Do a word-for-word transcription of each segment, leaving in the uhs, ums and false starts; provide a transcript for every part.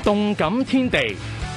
動感天地。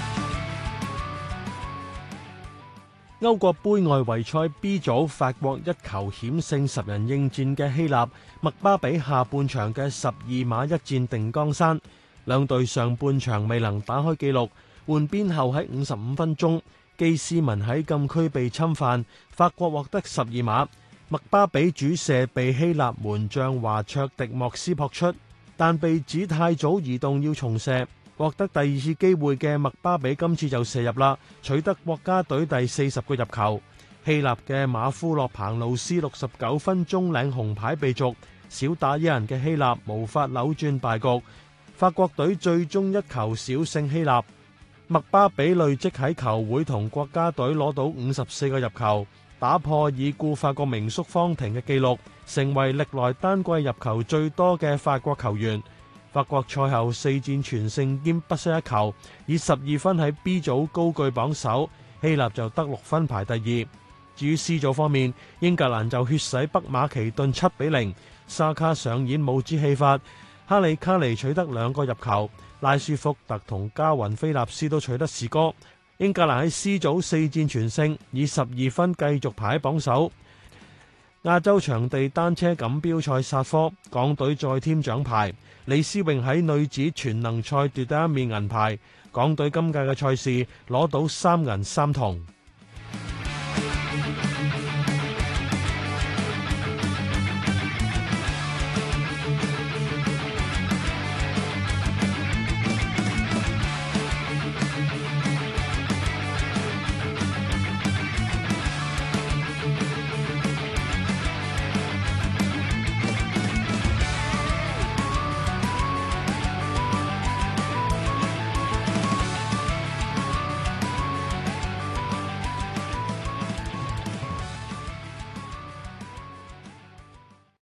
歐國杯外圍賽 B 組，法國一球險勝十人應戰嘅希臘，麥巴比下半場嘅十二碼一戰定江山。兩隊上半場未能打開紀錄，換邊後喺五十五分鐘，基斯文喺禁區被侵犯，法國獲得十二碼。麥巴比主射被希臘門將華卓迪莫斯撲出，但被指太早移動要重射。獲得第二次機會嘅麥巴比今次就射入啦，取得國家隊第四十個入球。希臘嘅馬夫洛彭路斯六十九分鐘領紅牌被逐，少打一人嘅希臘無法扭轉敗局。法國隊最終一球小勝希臘。麥巴比累積喺球會同國家隊攞到五十四個入球，打破已故法國名宿方廷嘅紀錄，成為歷來單季入球最多嘅法國球員。法國賽後四戰全勝兼不失一球，以十二分喺 B 組高居榜首。希臘就得六分排第二。至於 C 組方面，英格蘭就血洗北馬其頓七比零，沙卡上演帽子戲法，哈利卡尼取得兩個入球，拉舒福特同加雲菲納斯都取得士歌。英格蘭喺 C 組四戰全勝，以十二分繼續排喺榜首。亞洲場地單車錦標賽煞科，港隊再添獎牌。李思穎喺女子全能賽奪得一面銀牌，港隊今屆嘅賽事攞到三銀三銅。